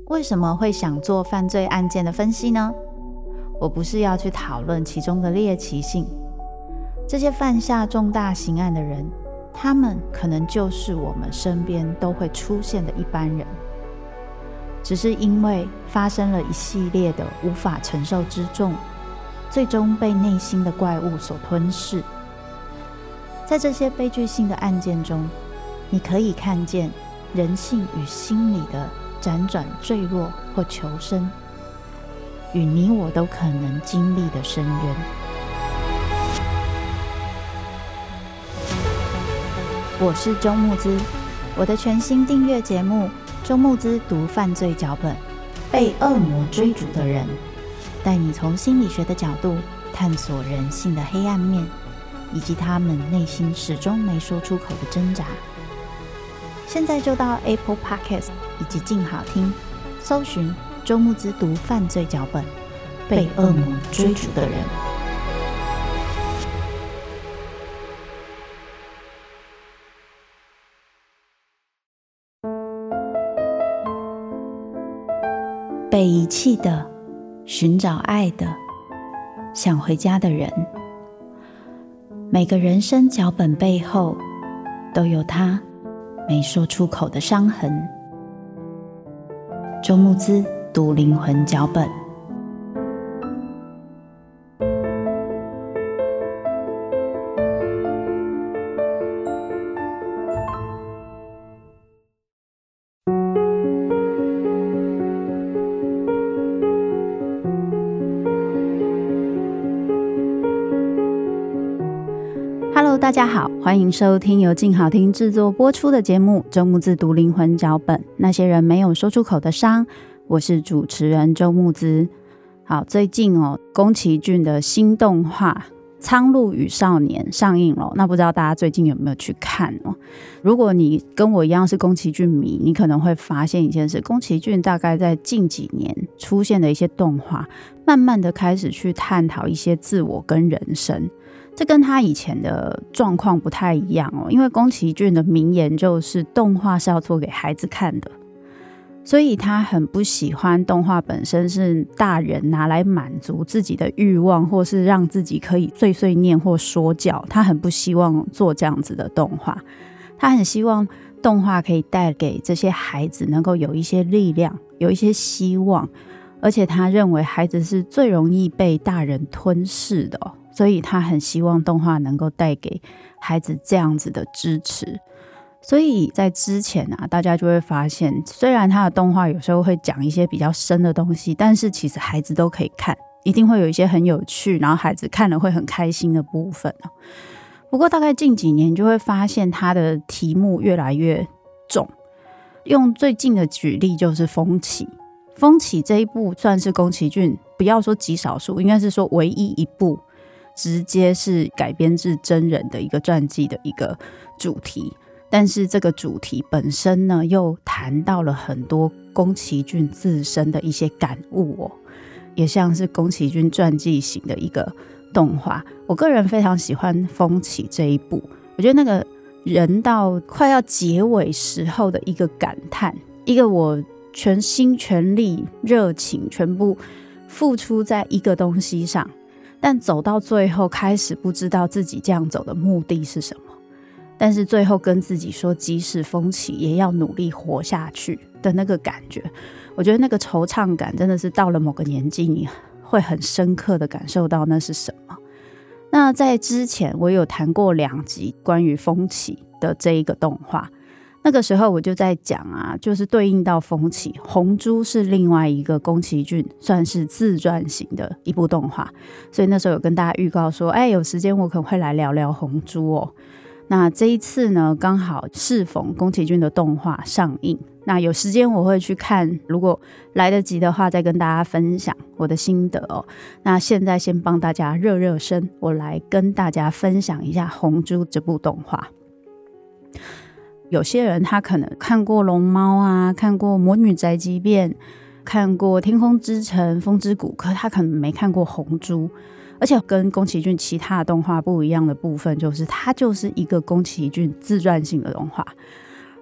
为什么会想做犯罪案件的分析呢？我不是要去讨论其中的猎奇性，这些犯下重大刑案的人，他们可能就是我们身边都会出现的一般人，只是因为发生了一系列的无法承受之重，最终被内心的怪物所吞噬。在这些悲剧性的案件中，你可以看见人性与心理的辗转坠落或求生，与你我都可能经历的深渊。我是周慕姿，我的全新订阅节目周慕姿读犯罪脚本，被恶魔追逐的人，带你从心理学的角度探索人性的黑暗面，以及他们内心始终没说出口的挣扎。现在就到 Apple Podcast 以及静好听搜寻周慕姿读犯罪脚本，被恶魔追逐的人。被遗弃的，寻找爱的，想回家的人。每个人生脚本背后都有他没说出口的伤痕。周慕姿读灵魂脚本。Hello， 大家好，欢迎收听由静好听制作播出的节目《周慕姿读灵魂脚本》，那些人没有说出口的伤。我是主持人周慕姿。好，最近宫崎骏的新动画《苍鹭与少年》上映了，那不知道大家最近有没有去看哦？如果你跟我一样是宫崎骏迷，你可能会发现一件事：宫崎骏大概在近几年出现的一些动画，慢慢的开始去探讨一些自我跟人生。这跟他以前的状况不太一样哦，因为宫崎骏的名言就是动画是要做给孩子看的，所以他很不喜欢动画本身是大人拿来满足自己的欲望，或是让自己可以碎碎念或说教，他很不希望做这样子的动画。他很希望动画可以带给这些孩子能够有一些力量，有一些希望，而且他认为孩子是最容易被大人吞噬的所以他很希望动画能够带给孩子这样子的支持。所以在之前大家就会发现，虽然他的动画有时候会讲一些比较深的东西，但是其实孩子都可以看，一定会有一些很有趣，然后孩子看了会很开心的部分不过大概近几年就会发现他的题目越来越重。用最近的举例就是风起。风起这一部算是宫崎骏不要说极少数，应该是说唯一一部直接是改编自真人的一个传记的一个主题，但是这个主题本身呢，又谈到了很多宫崎骏自身的一些感悟也像是宫崎骏传记型的一个动画。我个人非常喜欢风起这一部，我觉得那个人到快要结尾时候的一个感叹，一个我全心全力热情全部付出在一个东西上，但走到最后开始不知道自己这样走的目的是什么，但是最后跟自己说即使风起也要努力活下去的那个感觉，我觉得那个惆怅感真的是到了某个年纪你会很深刻的感受到那是什么。那在之前我有谈过2集关于风起的这一个动画，那个时候我就在讲就是对应到风起，红猪是另外一个宫崎骏算是自传型的一部动画，所以那时候有跟大家预告说有时间我可能会来聊聊红猪那这一次呢，刚好适逢宫崎骏的动画上映，那有时间我会去看，如果来得及的话再跟大家分享我的心得那现在先帮大家热热身，我来跟大家分享一下红猪这部动画。有些人他可能看过龙猫看过魔女宅急便，看过天空之城风之谷，可他可能没看过红猪。而且跟宫崎骏其他的动画不一样的部分就是它就是一个宫崎骏自传性的动画，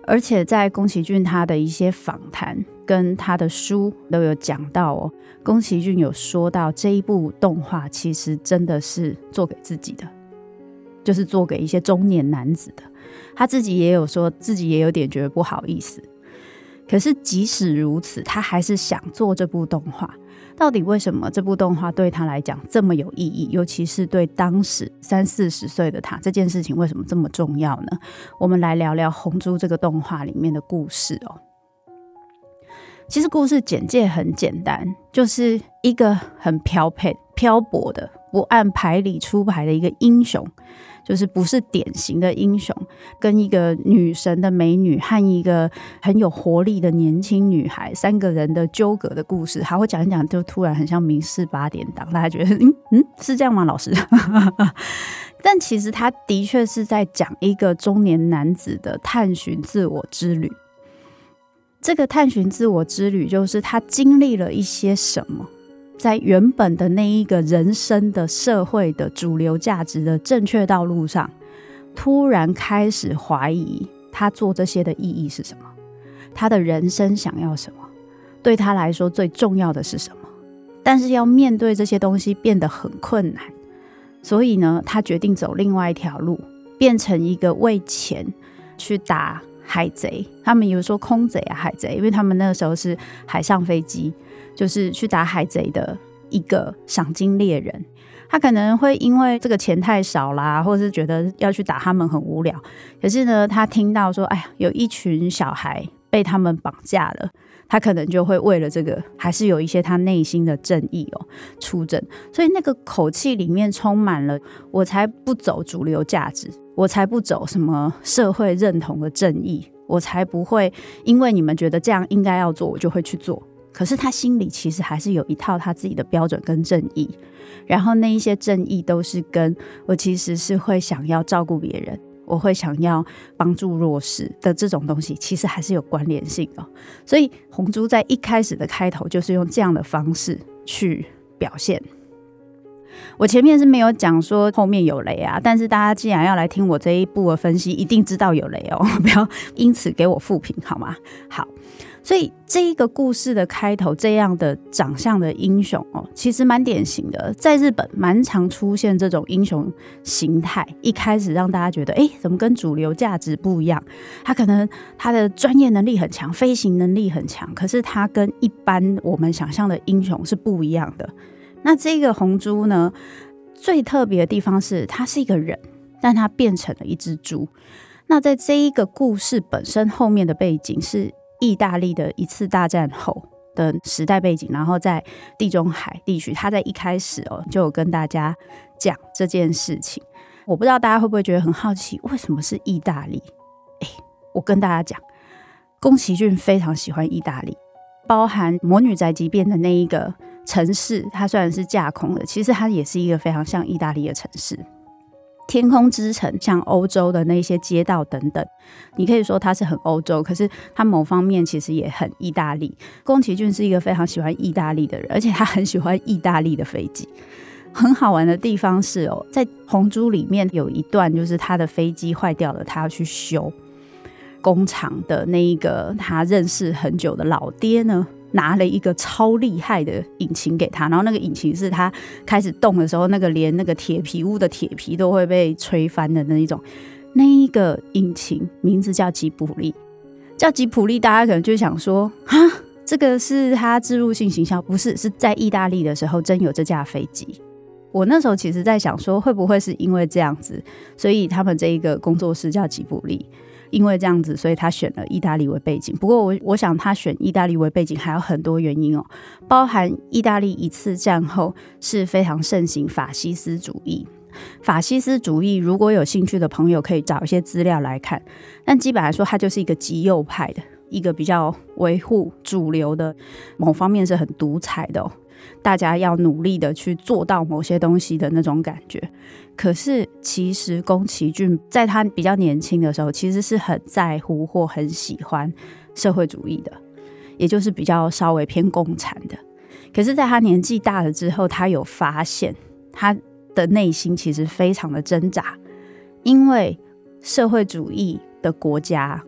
而且在宫崎骏他的一些访谈跟他的书都有讲到宫崎骏有说到这一部动画其实真的是做给自己的，就是做给一些中年男子的。他自己也有说自己也有点觉得不好意思，可是即使如此，他还是想做这部动画。到底为什么这部动画对他来讲这么有意义，尤其是对当时30-40岁的他，这件事情为什么这么重要呢？我们来聊聊红猪这个动画里面的故事其实故事简介很简单，就是一个很漂泊的不按牌理出牌的一个英雄，就是不是典型的英雄，跟一个女神的美女和一个很有活力的年轻女孩3个人的纠葛的故事。好，我讲一讲就突然很像民视8点档，大家觉得是这样吗老师但其实他的确是在讲一个中年男子的探寻自我之旅。这个探寻自我之旅就是他经历了一些什么，在原本的那一个人生的社会的主流价值的正确道路上，突然开始怀疑他做这些的意义是什么，他的人生想要什么，对他来说最重要的是什么。但是要面对这些东西变得很困难，所以呢，他决定走另外一条路，变成一个为钱去打海贼。他们有说空贼海贼，因为他们那个时候是海上飞机，就是去打海贼的一个赏金猎人。他可能会因为这个钱太少啦，或是觉得要去打他们很无聊，可是呢，他听到说有一群小孩被他们绑架了，他可能就会为了这个还是有一些他内心的正义出征。所以那个口气里面充满了我才不走主流价值，我才不走什么社会认同的正义，我才不会因为你们觉得这样应该要做我就会去做。可是他心里其实还是有一套他自己的标准跟正义，然后那一些正义都是跟我其实是会想要照顾别人，我会想要帮助弱势的这种东西其实还是有关联性的。所以红猪在一开始的开头就是用这样的方式去表现。我前面是没有讲说后面有雷啊，但是大家既然要来听我这一部的分析，一定知道有雷不要因此给我负评好吗？好，所以这一个故事的开头这样的长相的英雄其实蛮典型的，在日本蛮常出现这种英雄形态，一开始让大家觉得怎么跟主流价值不一样，他可能他的专业能力很强，飞行能力很强，可是他跟一般我们想象的英雄是不一样的。那这个红猪呢，最特别的地方是他是一个人，但他变成了一只猪。那在这一个故事本身后面的背景是意大利的一次大战后的时代背景，然后在地中海地区，他在一开始就有跟大家讲这件事情。我不知道大家会不会觉得很好奇，为什么是意大利？我跟大家讲，宫崎骏非常喜欢意大利，包含魔女宅急便的那一个城市，它虽然是架空的，其实它也是一个非常像意大利的城市。天空之城像欧洲的那些街道等等，你可以说它是很欧洲，可是它某方面其实也很意大利。宫崎骏是一个非常喜欢意大利的人，而且他很喜欢意大利的飞机。很好玩的地方是在红猪里面有一段就是他的飞机坏掉了，他要去修，工厂的那一个他认识很久的老爹呢，拿了一个超厉害的引擎给他，然后那个引擎是他开始动的时候，那个连那个铁皮屋的铁皮都会被吹翻的那一种。那一个引擎名字叫吉普力，叫吉普力，大家可能就想说这个是他置入性行销，不是，是在意大利的时候真有这架飞机。我那时候其实在想说，会不会是因为这样子，所以他们这一个工作室叫吉普力，因为这样子，所以他选了意大利为背景。不过我想他选意大利为背景还有很多原因包含意大利一次战后是非常盛行法西斯主义。法西斯主义如果有兴趣的朋友可以找一些资料来看，但基本来说它就是一个极右派的，一个比较维护主流的，某方面是很独裁的大家要努力的去做到某些东西的那种感觉。可是其实宫崎骏在他比较年轻的时候其实是很在乎或很喜欢社会主义的，也就是比较稍微偏共产的。可是在他年纪大了之后，他有发现他的内心其实非常的挣扎，因为社会主义的国家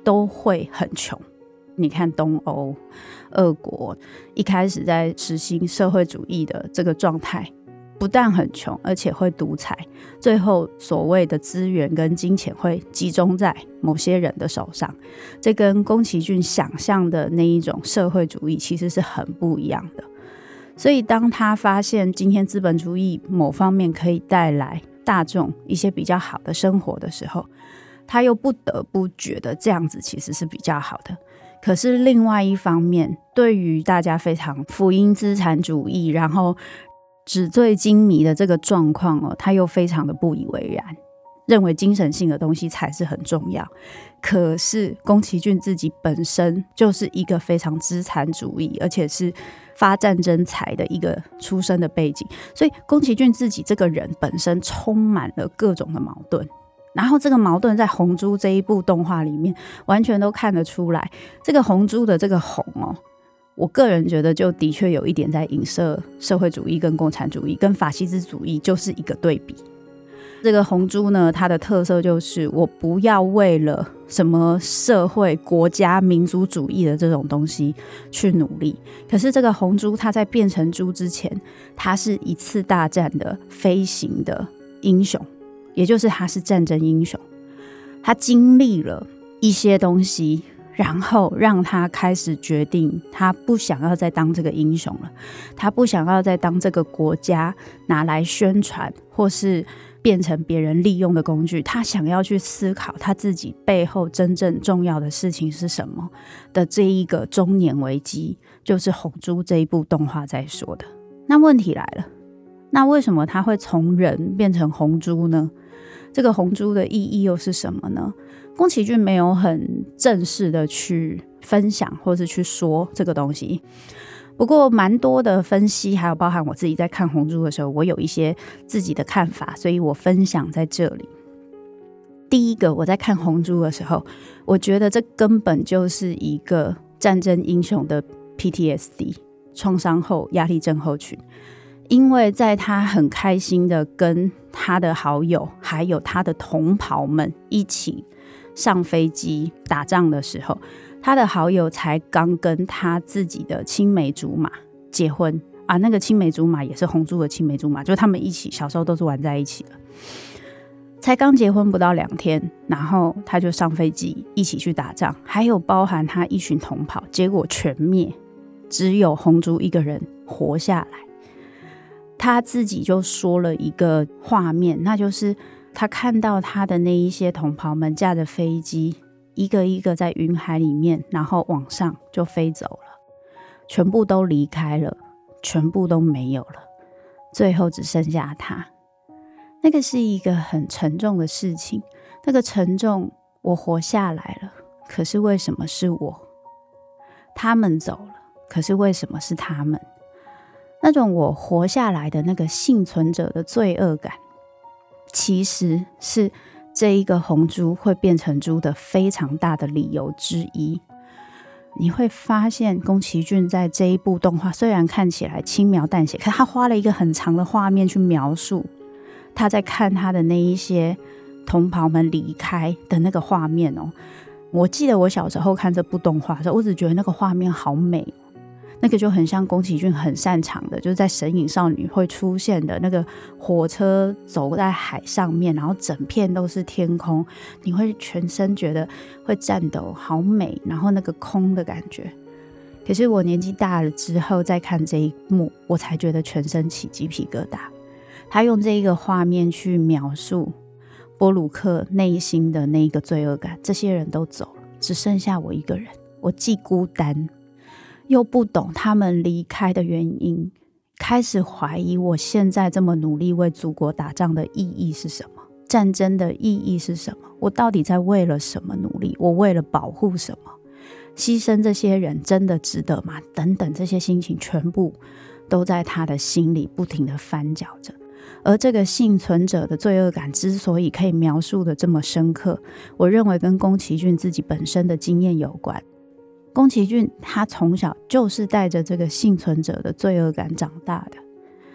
都会很穷。你看东欧、俄国一开始在实行社会主义的这个状态，不但很穷，而且会独裁，最后所谓的资源跟金钱会集中在某些人的手上，这跟宫崎骏想象的那一种社会主义其实是很不一样的。所以当他发现今天资本主义某方面可以带来大众一些比较好的生活的时候，他又不得不觉得这样子其实是比较好的。可是另外一方面，对于大家非常福音资产主义然后纸醉金迷的这个状况他又非常的不以为然，认为精神性的东西才是很重要。可是宫崎骏自己本身就是一个非常资产主义，而且是发战争财的一个出身的背景，所以宫崎骏自己这个人本身充满了各种的矛盾。然后这个矛盾在红猪这一部动画里面完全都看得出来。这个红猪的这个红我个人觉得就的确有一点在影射社会主义跟共产主义跟法西斯主义，就是一个对比。这个红猪呢，它的特色就是我不要为了什么社会国家民族主义的这种东西去努力。可是这个红猪它在变成猪之前，它是一次大战的飞行的英雄，也就是他是战争英雄。他经历了一些东西，然后让他开始决定他不想要再当这个英雄了，他不想要再当这个国家拿来宣传或是变成别人利用的工具，他想要去思考他自己背后真正重要的事情是什么的这一个中年危机，就是红猪这一部动画在说的。那问题来了，那为什么他会从人变成红猪呢？这个红猪的意义又是什么呢？宫崎骏没有很正式的去分享或是去说这个东西，不过蛮多的分析，还有包含我自己在看红猪的时候，我有一些自己的看法，所以我分享在这里。第一个，我在看红猪的时候，我觉得这根本就是一个战争英雄的 PTSD 创伤后压力症候群。因为在他很开心的跟他的好友还有他的同袍们一起上飞机打仗的时候，他的好友才刚跟他自己的青梅竹马结婚啊，那个青梅竹马也是红猪的青梅竹马，就他们一起小时候都是玩在一起的，才刚结婚不到2天，然后他就上飞机一起去打仗，还有包含他一群同袍，结果全灭，只有红猪一个人活下来。他自己就说了一个画面，那就是他看到他的那一些同袍们驾着飞机一个一个在云海里面，然后往上就飞走了，全部都离开了，全部都没有了，最后只剩下他。那个是一个很沉重的事情，那个沉重，我活下来了，可是为什么是我？他们走了，可是为什么是他们？那种我活下来的那个幸存者的罪恶感，其实是这一个红猪会变成猪的非常大的理由之一。你会发现宫崎骏在这一部动画虽然看起来轻描淡写，可他花了一个很长的画面去描述他在看他的那一些同袍们离开的那个画面我记得我小时候看这部动画的时候，我只觉得那个画面好美，那个就很像宫崎骏很擅长的，就是在神隐少女会出现的那个火车走在海上面，然后整片都是天空，你会全身觉得会颤抖，好美，然后那个空的感觉。可是我年纪大了之后再看这一幕，我才觉得全身起鸡皮疙瘩。他用这一个画面去描述波鲁克内心的那个罪恶感，这些人都走了，只剩下我一个人，我既孤单又不懂他们离开的原因，开始怀疑我现在这么努力为祖国打仗的意义是什么，战争的意义是什么，我到底在为了什么努力，我为了保护什么，牺牲这些人真的值得吗？等等，这些心情全部都在他的心里不停地翻搅着。而这个幸存者的罪恶感之所以可以描述的这么深刻，我认为跟宫崎骏自己本身的经验有关。宫崎骏他从小就是带着这个幸存者的罪恶感长大的，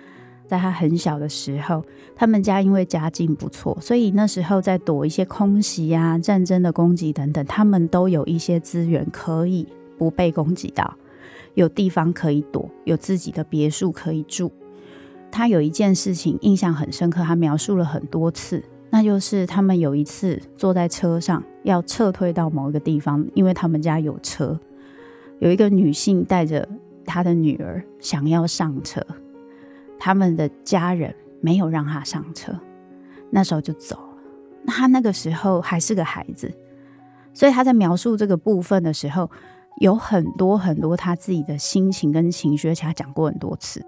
在他很小的时候，他们家因为家境不错，所以那时候在躲一些空袭啊、战争的攻击等等，他们都有一些资源可以不被攻击到，有地方可以躲，有自己的别墅可以住。他有一件事情印象很深刻，他描述了很多次，那就是他们有一次坐在车上要撤退到某一个地方，因为他们家有车，有一个女性带着她的女儿想要上车，他们的家人没有让她上车，那时候就走了。那她那个时候还是个孩子，所以她在描述这个部分的时候，有很多很多她自己的心情跟情绪，而且她讲过很多次。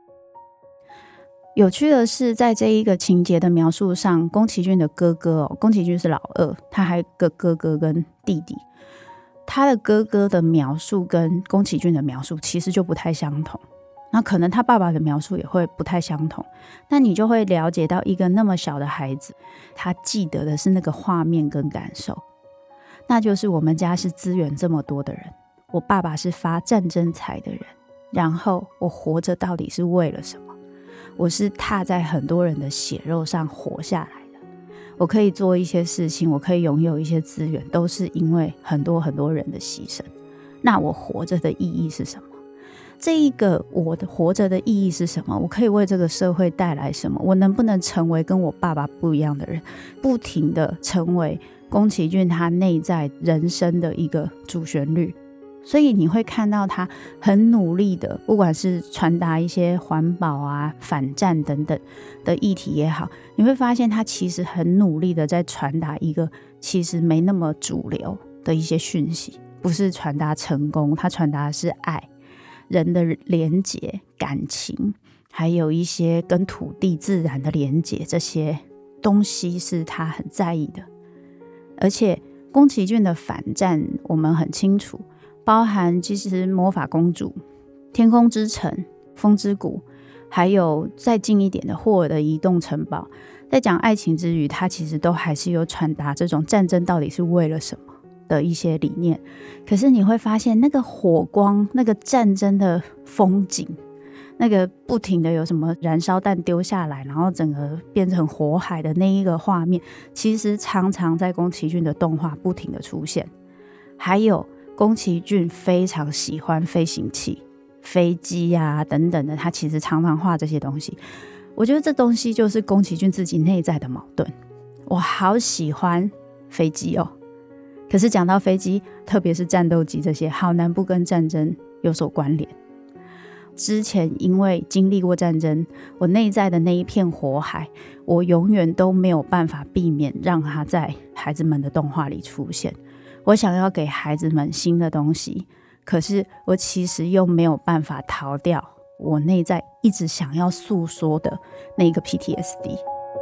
有趣的是，在这一个情节的描述上，宫崎骏的哥哥宫崎骏是老二，他还有个哥哥跟弟弟。他的哥哥的描述跟宫崎骏的描述其实就不太相同，那可能他爸爸的描述也会不太相同。那你就会了解到，一个那么小的孩子，他记得的是那个画面跟感受，那就是我们家是资源这么多的人，我爸爸是发战争财的人，然后我活着到底是为了什么？我是踏在很多人的血肉上活下来的，我可以做一些事情，我可以拥有一些资源，都是因为很多很多人的牺牲。那我活着的意义是什么？这一个我的活着的意义是什么？我可以为这个社会带来什么？我能不能成为跟我爸爸不一样的人？不停的成为宫崎骏他内在人生的一个主旋律。所以你会看到他很努力的，不管是传达一些环保啊、反战等等的议题也好，你会发现他其实很努力的在传达一个其实没那么主流的一些讯息，不是传达成功，他传达的是爱、人的连结、感情，还有一些跟土地自然的连结，这些东西是他很在意的。而且宫崎骏的反战我们很清楚，包含其实魔法公主、天空之城、风之谷，还有再近一点的霍尔的移动城堡，在讲爱情之余，它其实都还是有传达这种战争到底是为了什么的一些理念。可是你会发现那个火光，那个战争的风景，那个不停的有什么燃烧弹丢下来，然后整个变成火海的那一个画面，其实常常在宫崎骏的动画不停的出现。还有宫崎骏非常喜欢飞行器、飞机啊等等的，他其实常常画这些东西。我觉得这东西就是宫崎骏自己内在的矛盾。我好喜欢飞机哦，可是讲到飞机，特别是战斗机这些，好难不跟战争有所关联。之前因为经历过战争，我内在的那一片火海，我永远都没有办法避免让它在孩子们的动画里出现。我想要给孩子们新的东西，可是我其实又没有办法逃掉我内在一直想要诉说的那个 PTSD。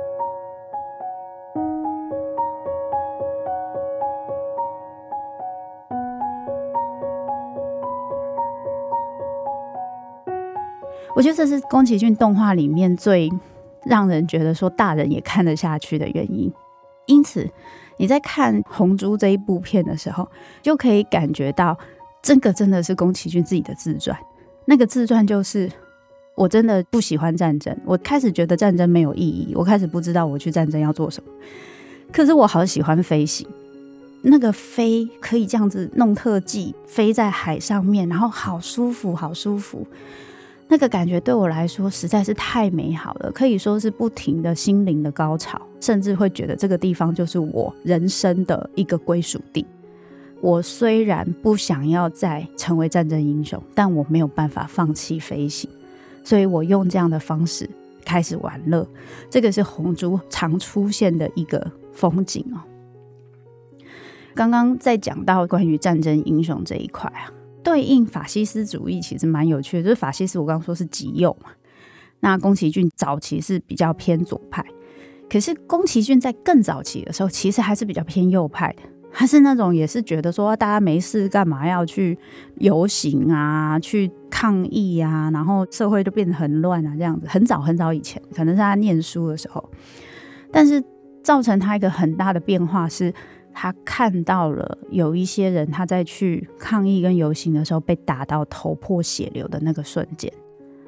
我觉得这是宫崎骏动画里面最让人觉得说大人也看得下去的原因。因此你在看红猪这一部片的时候，就可以感觉到这个真的是宫崎骏自己的自传。那个自传就是我真的不喜欢战争，我开始觉得战争没有意义，我开始不知道我去战争要做什么，可是我好喜欢飞行，那个飞可以这样子弄特技，飞在海上面，然后好舒服好舒服，那个感觉对我来说实在是太美好了，可以说是不停的心灵的高潮，甚至会觉得这个地方就是我人生的一个归属地。我虽然不想要再成为战争英雄，但我没有办法放弃飞行，所以我用这样的方式开始玩乐。这个是红猪常出现的一个风景哦。刚刚在讲到关于战争英雄这一块啊，对应法西斯主义其实蛮有趣的，就是法西斯我刚刚说是极右嘛，那宫崎骏早期是比较偏左派，可是宫崎骏在更早期的时候其实还是比较偏右派的，他是那种也是觉得说大家没事干嘛要去游行啊，去抗议啊，然后社会就变得很乱啊，这样子。很早很早以前，可能是他念书的时候，但是造成他一个很大的变化是，他看到了有一些人他在去抗议跟游行的时候被打到头破血流的那个瞬间，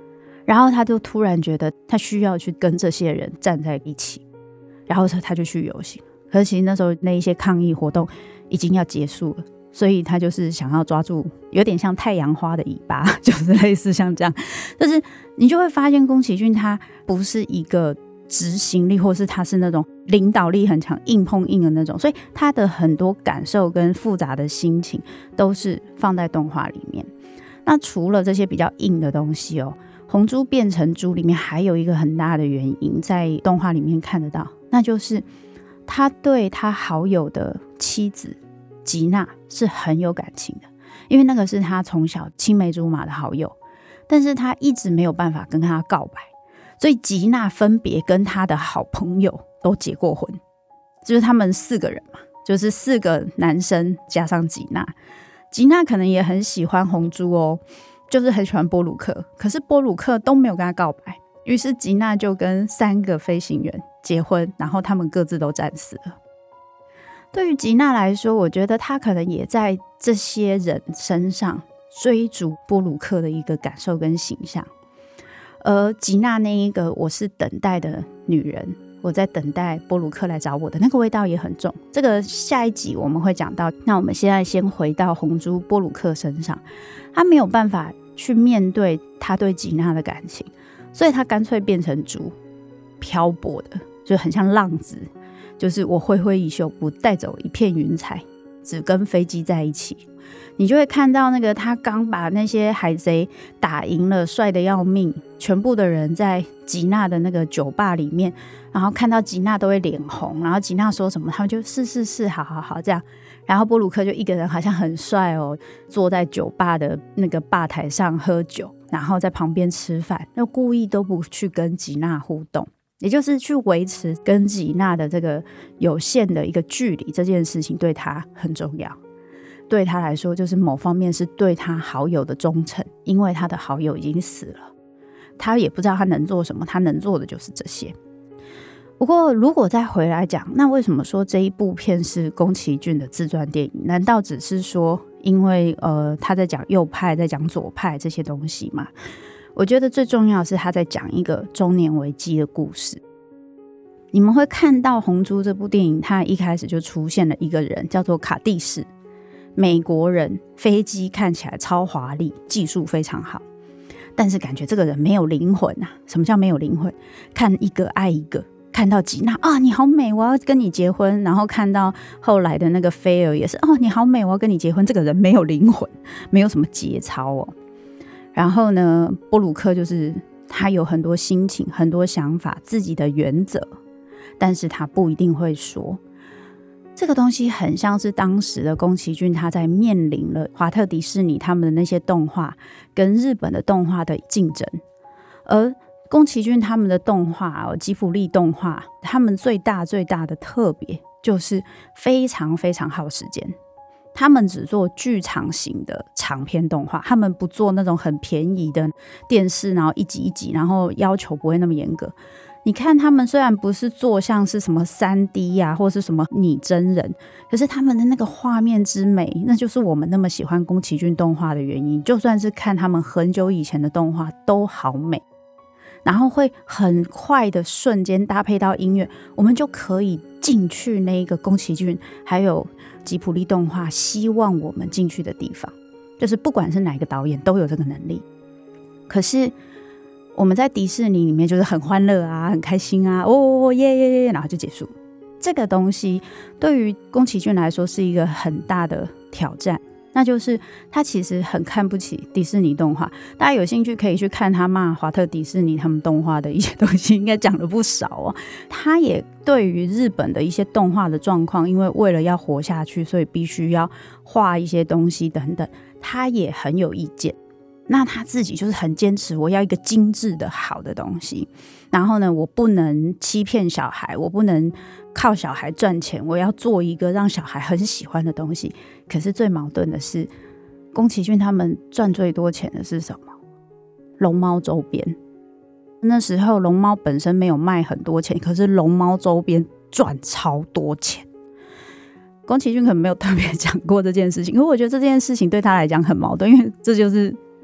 然后他就突然觉得他需要去跟这些人站在一起，然后他就去游行。可是其实那时候那一些抗议活动已经要结束了，所以他就是想要抓住有点像太阳花的尾巴，就是类似像这样。就是你就会发现宫崎骏他不是一个执行力，或是他是那种领导力很强硬碰硬的那种，所以他的很多感受跟复杂的心情都是放在动画里面。那除了这些比较硬的东西红猪变成猪里面还有一个很大的原因在动画里面看得到，那就是他对他好友的妻子吉娜是很有感情的，因为那个是他从小青梅竹马的好友，但是他一直没有办法跟他告白，所以吉娜分别跟他的好朋友都结过婚，就是他们4个人嘛，就是4个男生加上吉娜。吉娜可能也很喜欢红猪就是很喜欢波鲁克，可是波鲁克都没有跟他告白，于是吉娜就跟3个飞行员结婚，然后他们各自都战死了。对于吉娜来说，我觉得她可能也在这些人身上追逐波鲁克的一个感受跟形象。而吉娜那一个我是等待的女人，我在等待波鲁克来找我的那个味道也很重，这个下一集我们会讲到。那我们现在先回到红猪波鲁克身上，他没有办法去面对他对吉娜的感情，所以他干脆变成猪，漂泊的，就很像浪子，就是我挥挥衣袖，不带走一片云彩，只跟飞机在一起。你就会看到那个他刚把那些海贼打赢了，帅得要命，全部的人在吉娜的那个酒吧里面，然后看到吉娜都会脸红，然后吉娜说什么他们就是好好好这样，然后波鲁克就一个人好像很帅坐在酒吧的那个吧台上喝酒，然后在旁边吃饭，又故意都不去跟吉娜互动，也就是去维持跟吉娜的这个有限的一个距离，这件事情对他很重要。对他来说，就是某方面是对他好友的忠诚，因为他的好友已经死了，他也不知道他能做什么，他能做的就是这些。不过如果再回来讲，那为什么说这一部片是宫崎骏的自传电影？难道只是说因为他在讲右派，在讲左派这些东西吗？我觉得最重要的是他在讲一个中年危机的故事。你们会看到《红猪》这部电影，它一开始就出现了一个人，叫做卡蒂士，美国人，飞机看起来超华丽，技术非常好，但是感觉这个人没有灵魂啊。什么叫没有灵魂？看一个爱一个，看到吉娜啊，你好美，我要跟你结婚，然后看到后来的那个菲尔也是你好美，我要跟你结婚。这个人没有灵魂，没有什么节操然后呢，波鲁克就是他有很多心情，很多想法，自己的原则，但是他不一定会说。这个东西很像是当时的宫崎骏，他在面临了华特迪士尼他们的那些动画跟日本的动画的竞争，而宫崎骏他们的动画吉卜力动画，他们最大的特别就是非常非常耗时间，他们只做剧场型的长篇动画，他们不做那种很便宜的电视，然后一集一集，然后要求不会那么严格。你看他们虽然不是做像是什么 3D 啊，或是什么拟真人，可是他们的那个画面之美，那就是我们那么喜欢宫崎骏动画的原因。就算是看他们很久以前的动画都好美，然后会很快的瞬间搭配到音乐，我们就可以进去那个宫崎骏还有吉卜力动画希望我们进去的地方，就是不管是哪一个导演都有这个能力。可是我们在迪士尼里面就是很欢乐啊，很开心啊，耶耶耶，然后就结束。这个东西对于宫崎骏来说是一个很大的挑战，那就是他其实很看不起迪士尼动画。大家有兴趣可以去看他骂华特迪士尼他们动画的一些东西，应该讲了不少他也对于日本的一些动画的状况，因为为了要活下去，所以必须要画一些东西等等，他也很有意见。那他自己就是很坚持，我要一个精致的好的东西，然后呢，我不能欺骗小孩，我不能靠小孩赚钱，我要做一个让小孩很喜欢的东西。可是最矛盾的是，宫崎骏他们赚最多钱的是什么？龙猫周边。那时候龙猫本身没有卖很多钱，可是龙猫周边赚超多钱。宫崎骏可能没有特别讲过这件事情，可是我觉得这件事情对他来讲很矛盾，因为这就是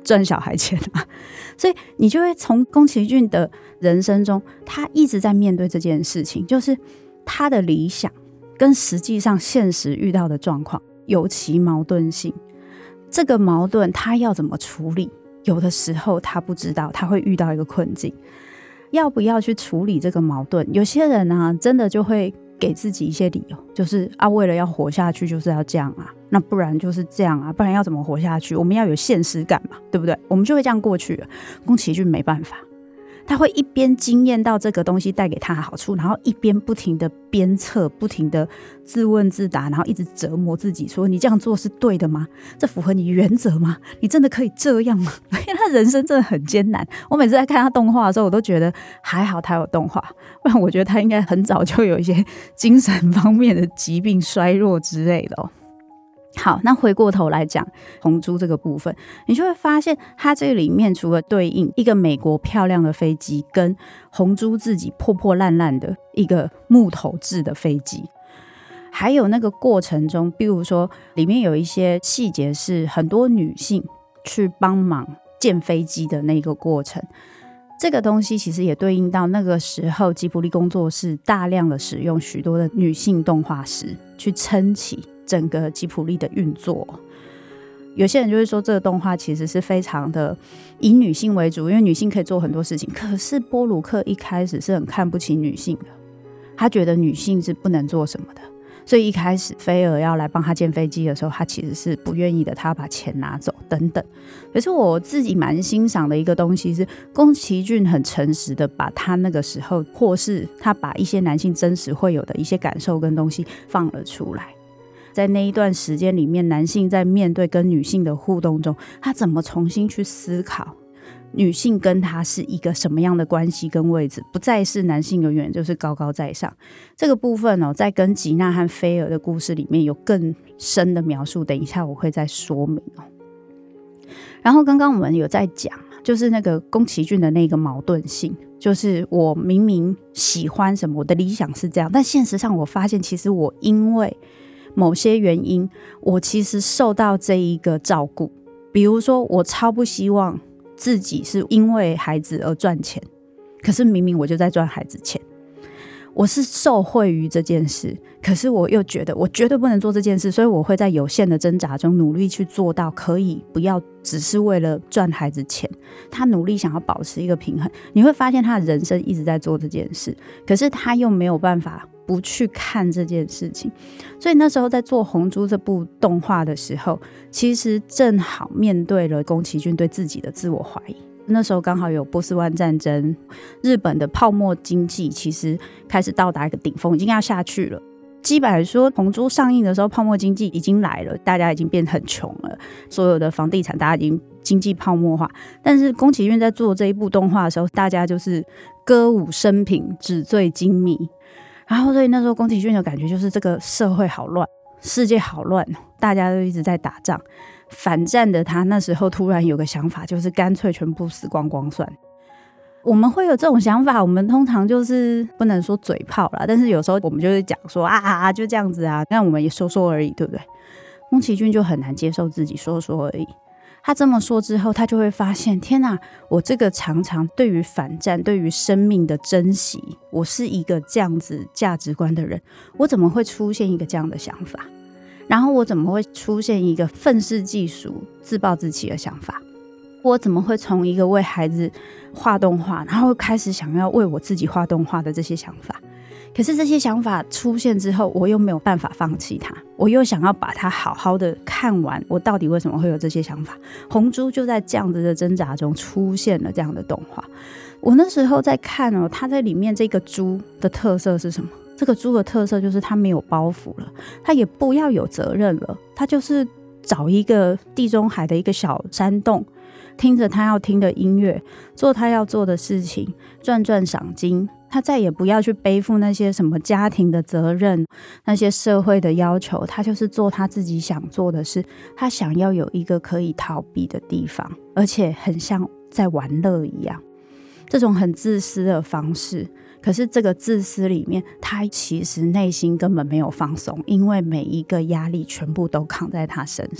赚小孩钱啊。所以你就会从宫崎骏的人生中，他一直在面对这件事情，就是他的理想跟实际上现实遇到的状况有其矛盾性。这个矛盾他要怎么处理，有的时候他不知道，他会遇到一个困境，要不要去处理这个矛盾。有些人啊，真的就会给自己一些理由，就是为了要活下去就是要这样啊，那不然就是这样啊，不然要怎么活下去？我们要有现实感嘛，对不对？我们就会这样过去了。宫崎骏没办法，他会一边经验到这个东西带给他的好处，然后一边不停的鞭策，不停的自问自答，然后一直折磨自己，说你这样做是对的吗？这符合你原则吗？你真的可以这样吗？因为他人生真的很艰难。我每次在看他动画的时候，我都觉得还好他有动画，不然我觉得他应该很早就有一些精神方面的疾病、衰弱之类的。好，那回过头来讲红猪这个部分，你就会发现它这里面除了对应一个美国漂亮的飞机，跟红猪自己破破烂烂的一个木头制的飞机，还有那个过程中，比如说里面有一些细节是很多女性去帮忙建飞机的那个过程，这个东西其实也对应到那个时候吉卜力工作室大量的使用许多的女性动画师去撑起整个吉卜力的运作。有些人就会说这个动画其实是非常的以女性为主，因为女性可以做很多事情，可是波鲁克一开始是很看不起女性的，他觉得女性是不能做什么的，所以一开始菲儿要来帮他建飞机的时候，他其实是不愿意的，他要把钱拿走等等。可是我自己蛮欣赏的一个东西是宫崎骏很诚实的把他那个时候，或是他把一些男性真实会有的一些感受跟东西放了出来。在那一段时间里面，男性在面对跟女性的互动中，他怎么重新去思考女性跟他是一个什么样的关系跟位置，不再是男性永远就是高高在上。这个部分在跟吉娜和菲儿的故事里面有更深的描述，等一下我会再说明。然后刚刚我们有在讲，就是那个宫崎骏的那个矛盾性，就是我明明喜欢什么，我的理想是这样，但现实上我发现其实我因为某些原因，我其实受到这一个照顾。比如说我超不希望自己是因为孩子而赚钱，可是明明我就在赚孩子钱，我是受惠于这件事，可是我又觉得我绝对不能做这件事，所以我会在有限的挣扎中努力去做到可以不要只是为了赚孩子钱。他努力想要保持一个平衡，你会发现他的人生一直在做这件事，可是他又没有办法不去看这件事情。所以那时候在做红猪这部动画的时候，其实正好面对了宫崎骏对自己的自我怀疑。那时候刚好有波斯湾战争，日本的泡沫经济其实开始到达一个顶峰，已经要下去了。基本来说红猪上映的时候泡沫经济已经来了，大家已经变很穷了，所有的房地产大家已经经济泡沫化。但是宫崎骏在做这一部动画的时候，大家就是歌舞升平，纸醉金迷。然后所以那时候宫崎骏的感觉就是这个社会好乱，世界好乱，大家都一直在打仗。反战的他那时候突然有个想法，就是干脆全部死光光算。我们会有这种想法，我们通常就是不能说嘴炮啦，但是有时候我们就会讲说就这样子啊，那我们也说说而已，对不对？宫崎骏就很难接受自己说说而已。他这么说之后，他就会发现，天哪，我这个常常对于反战、对于生命的珍惜，我是一个这样子价值观的人，我怎么会出现一个这样的想法？然后我怎么会出现一个愤世嫉俗、自暴自弃的想法？我怎么会从一个为孩子画动画，然后开始想要为我自己画动画的这些想法？可是这些想法出现之后，我又没有办法放弃它，我又想要把它好好的看完，我到底为什么会有这些想法？红猪就在这样子的挣扎中出现了这样的动画。我那时候在看它在里面这个猪的特色是什么？这个猪的特色就是它没有包袱了，它也不要有责任了，它就是找一个地中海的一个小山洞，听着他要听的音乐，做他要做的事情，赚赚赏金。他再也不要去背负那些什么家庭的责任，那些社会的要求，他就是做他自己想做的事。他想要有一个可以逃避的地方，而且很像在玩乐一样，这种很自私的方式。可是这个自私里面，他其实内心根本没有放松，因为每一个压力全部都扛在他身上。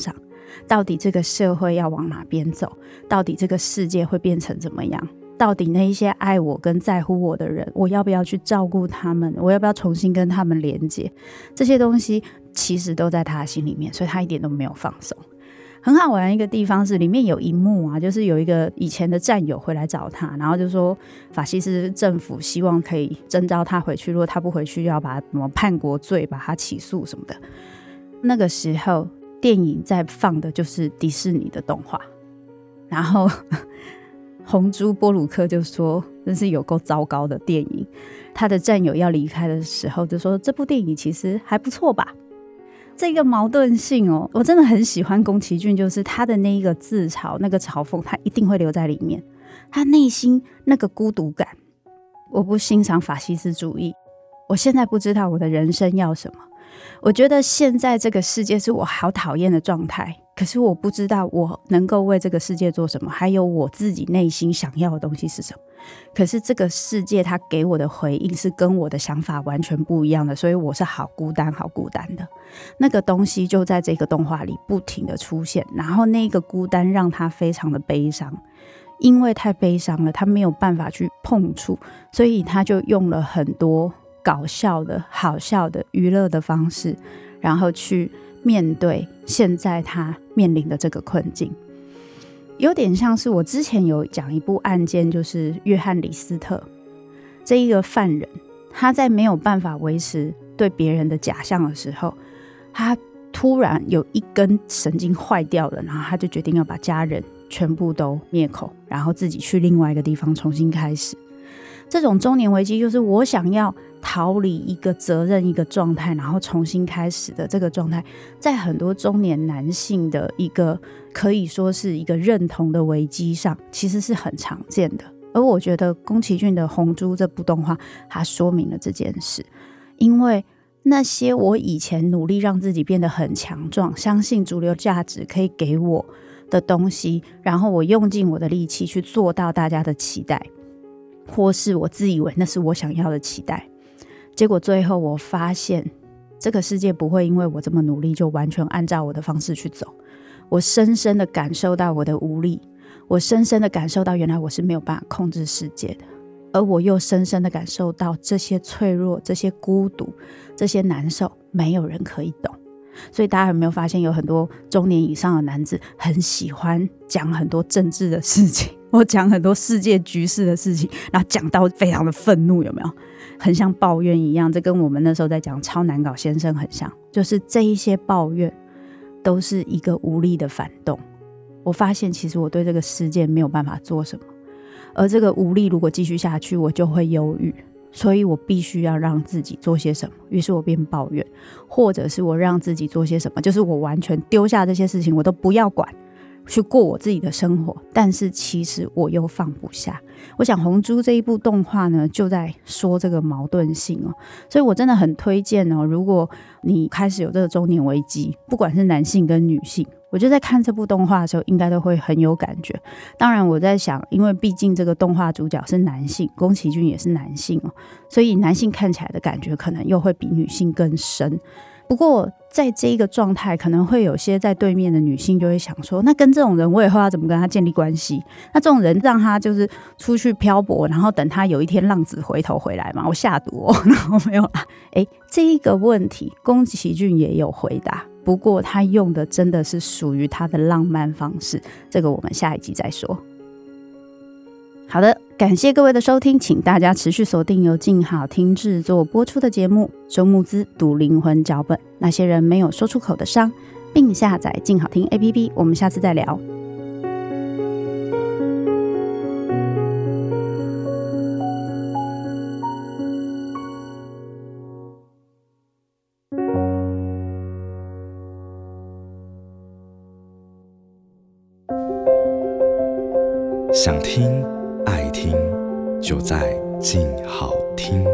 到底这个社会要往哪边走，到底这个世界会变成怎么样，到底那一些爱我跟在乎我的人，我要不要去照顾他们，我要不要重新跟他们连接，这些东西其实都在他的心里面，所以他一点都没有放松。很好玩的一个地方是里面有一幕啊，就是有一个以前的战友回来找他，然后就说法西斯政府希望可以征召他回去，如果他不回去就要把他什么叛国罪把他起诉什么的。那个时候电影在放的就是迪士尼的动画，然后红猪波鲁克就说真是有够糟糕的电影，他的战友要离开的时候就说这部电影其实还不错吧。这个矛盾性哦，我真的很喜欢宫崎骏，就是他的那一个自嘲那个嘲讽他一定会留在里面，他内心那个孤独感。我不欣赏法西斯主义，我现在不知道我的人生要什么，我觉得现在这个世界是我好讨厌的状态，可是我不知道我能够为这个世界做什么，还有我自己内心想要的东西是什么。可是这个世界它给我的回应是跟我的想法完全不一样的，所以我是好孤单好孤单的。那个东西就在这个动画里不停的出现，然后那个孤单让他非常的悲伤，因为太悲伤了，他没有办法去碰触，所以他就用了很多搞笑的好笑的娱乐的方式，然后去面对现在他面临的这个困境。有点像是我之前有讲一部案件，就是约翰李斯特这一个犯人，他在没有办法维持对别人的假象的时候，他突然有一根神经坏掉了，然后他就决定要把家人全部都灭口，然后自己去另外一个地方重新开始。这种中年危机就是我想要逃离一个责任一个状态，然后重新开始的这个状态，在很多中年男性的一个可以说是一个认同的危机上其实是很常见的。而我觉得宫崎骏的红猪这部动画它说明了这件事，因为那些我以前努力让自己变得很强壮，相信主流价值可以给我的东西，然后我用尽我的力气去做到大家的期待，或是我自以为那是我想要的期待，结果最后我发现这个世界不会因为我这么努力就完全按照我的方式去走。我深深的感受到我的无力，我深深的感受到原来我是没有办法控制世界的，而我又深深的感受到这些脆弱，这些孤独，这些难受没有人可以懂。所以大家有没有发现有很多中年以上的男子很喜欢讲很多政治的事情，或讲很多世界局势的事情，然后讲到非常的愤怒，有没有很像抱怨一样？这跟我们那时候在讲超难搞先生很像，就是这一些抱怨都是一个无力的反动。我发现其实我对这个世界没有办法做什么，而这个无力如果继续下去我就会忧郁，所以我必须要让自己做些什么，于是我便抱怨，或者是我让自己做些什么，就是我完全丢下这些事情我都不要管，去过我自己的生活，但是其实我又放不下。我想红猪这一部动画呢就在说这个矛盾性哦，所以我真的很推荐哦，如果你开始有这个中年危机，不管是男性跟女性，我觉得在看这部动画的时候应该都会很有感觉。当然我在想，因为毕竟这个动画主角是男性，宫崎骏也是男性哦，所以男性看起来的感觉可能又会比女性更深。不过在这一个状态，可能会有些在对面的女性就会想说，那跟这种人我以后要怎么跟他建立关系？那这种人让他就是出去漂泊，然后等他有一天浪子回头回来嘛，我下毒哦，然后没有啦。这一个问题宫崎骏也有回答，不过他用的真的是属于他的浪漫方式，这个我们下一集再说。好的，感谢各位的收听，请大家持续锁定由静好听制作播出的节目《周慕姿读灵魂脚本》，那些人没有说出口的伤，并下载静好听 APP， 我们下次再聊。 想听爱听，就在静好听。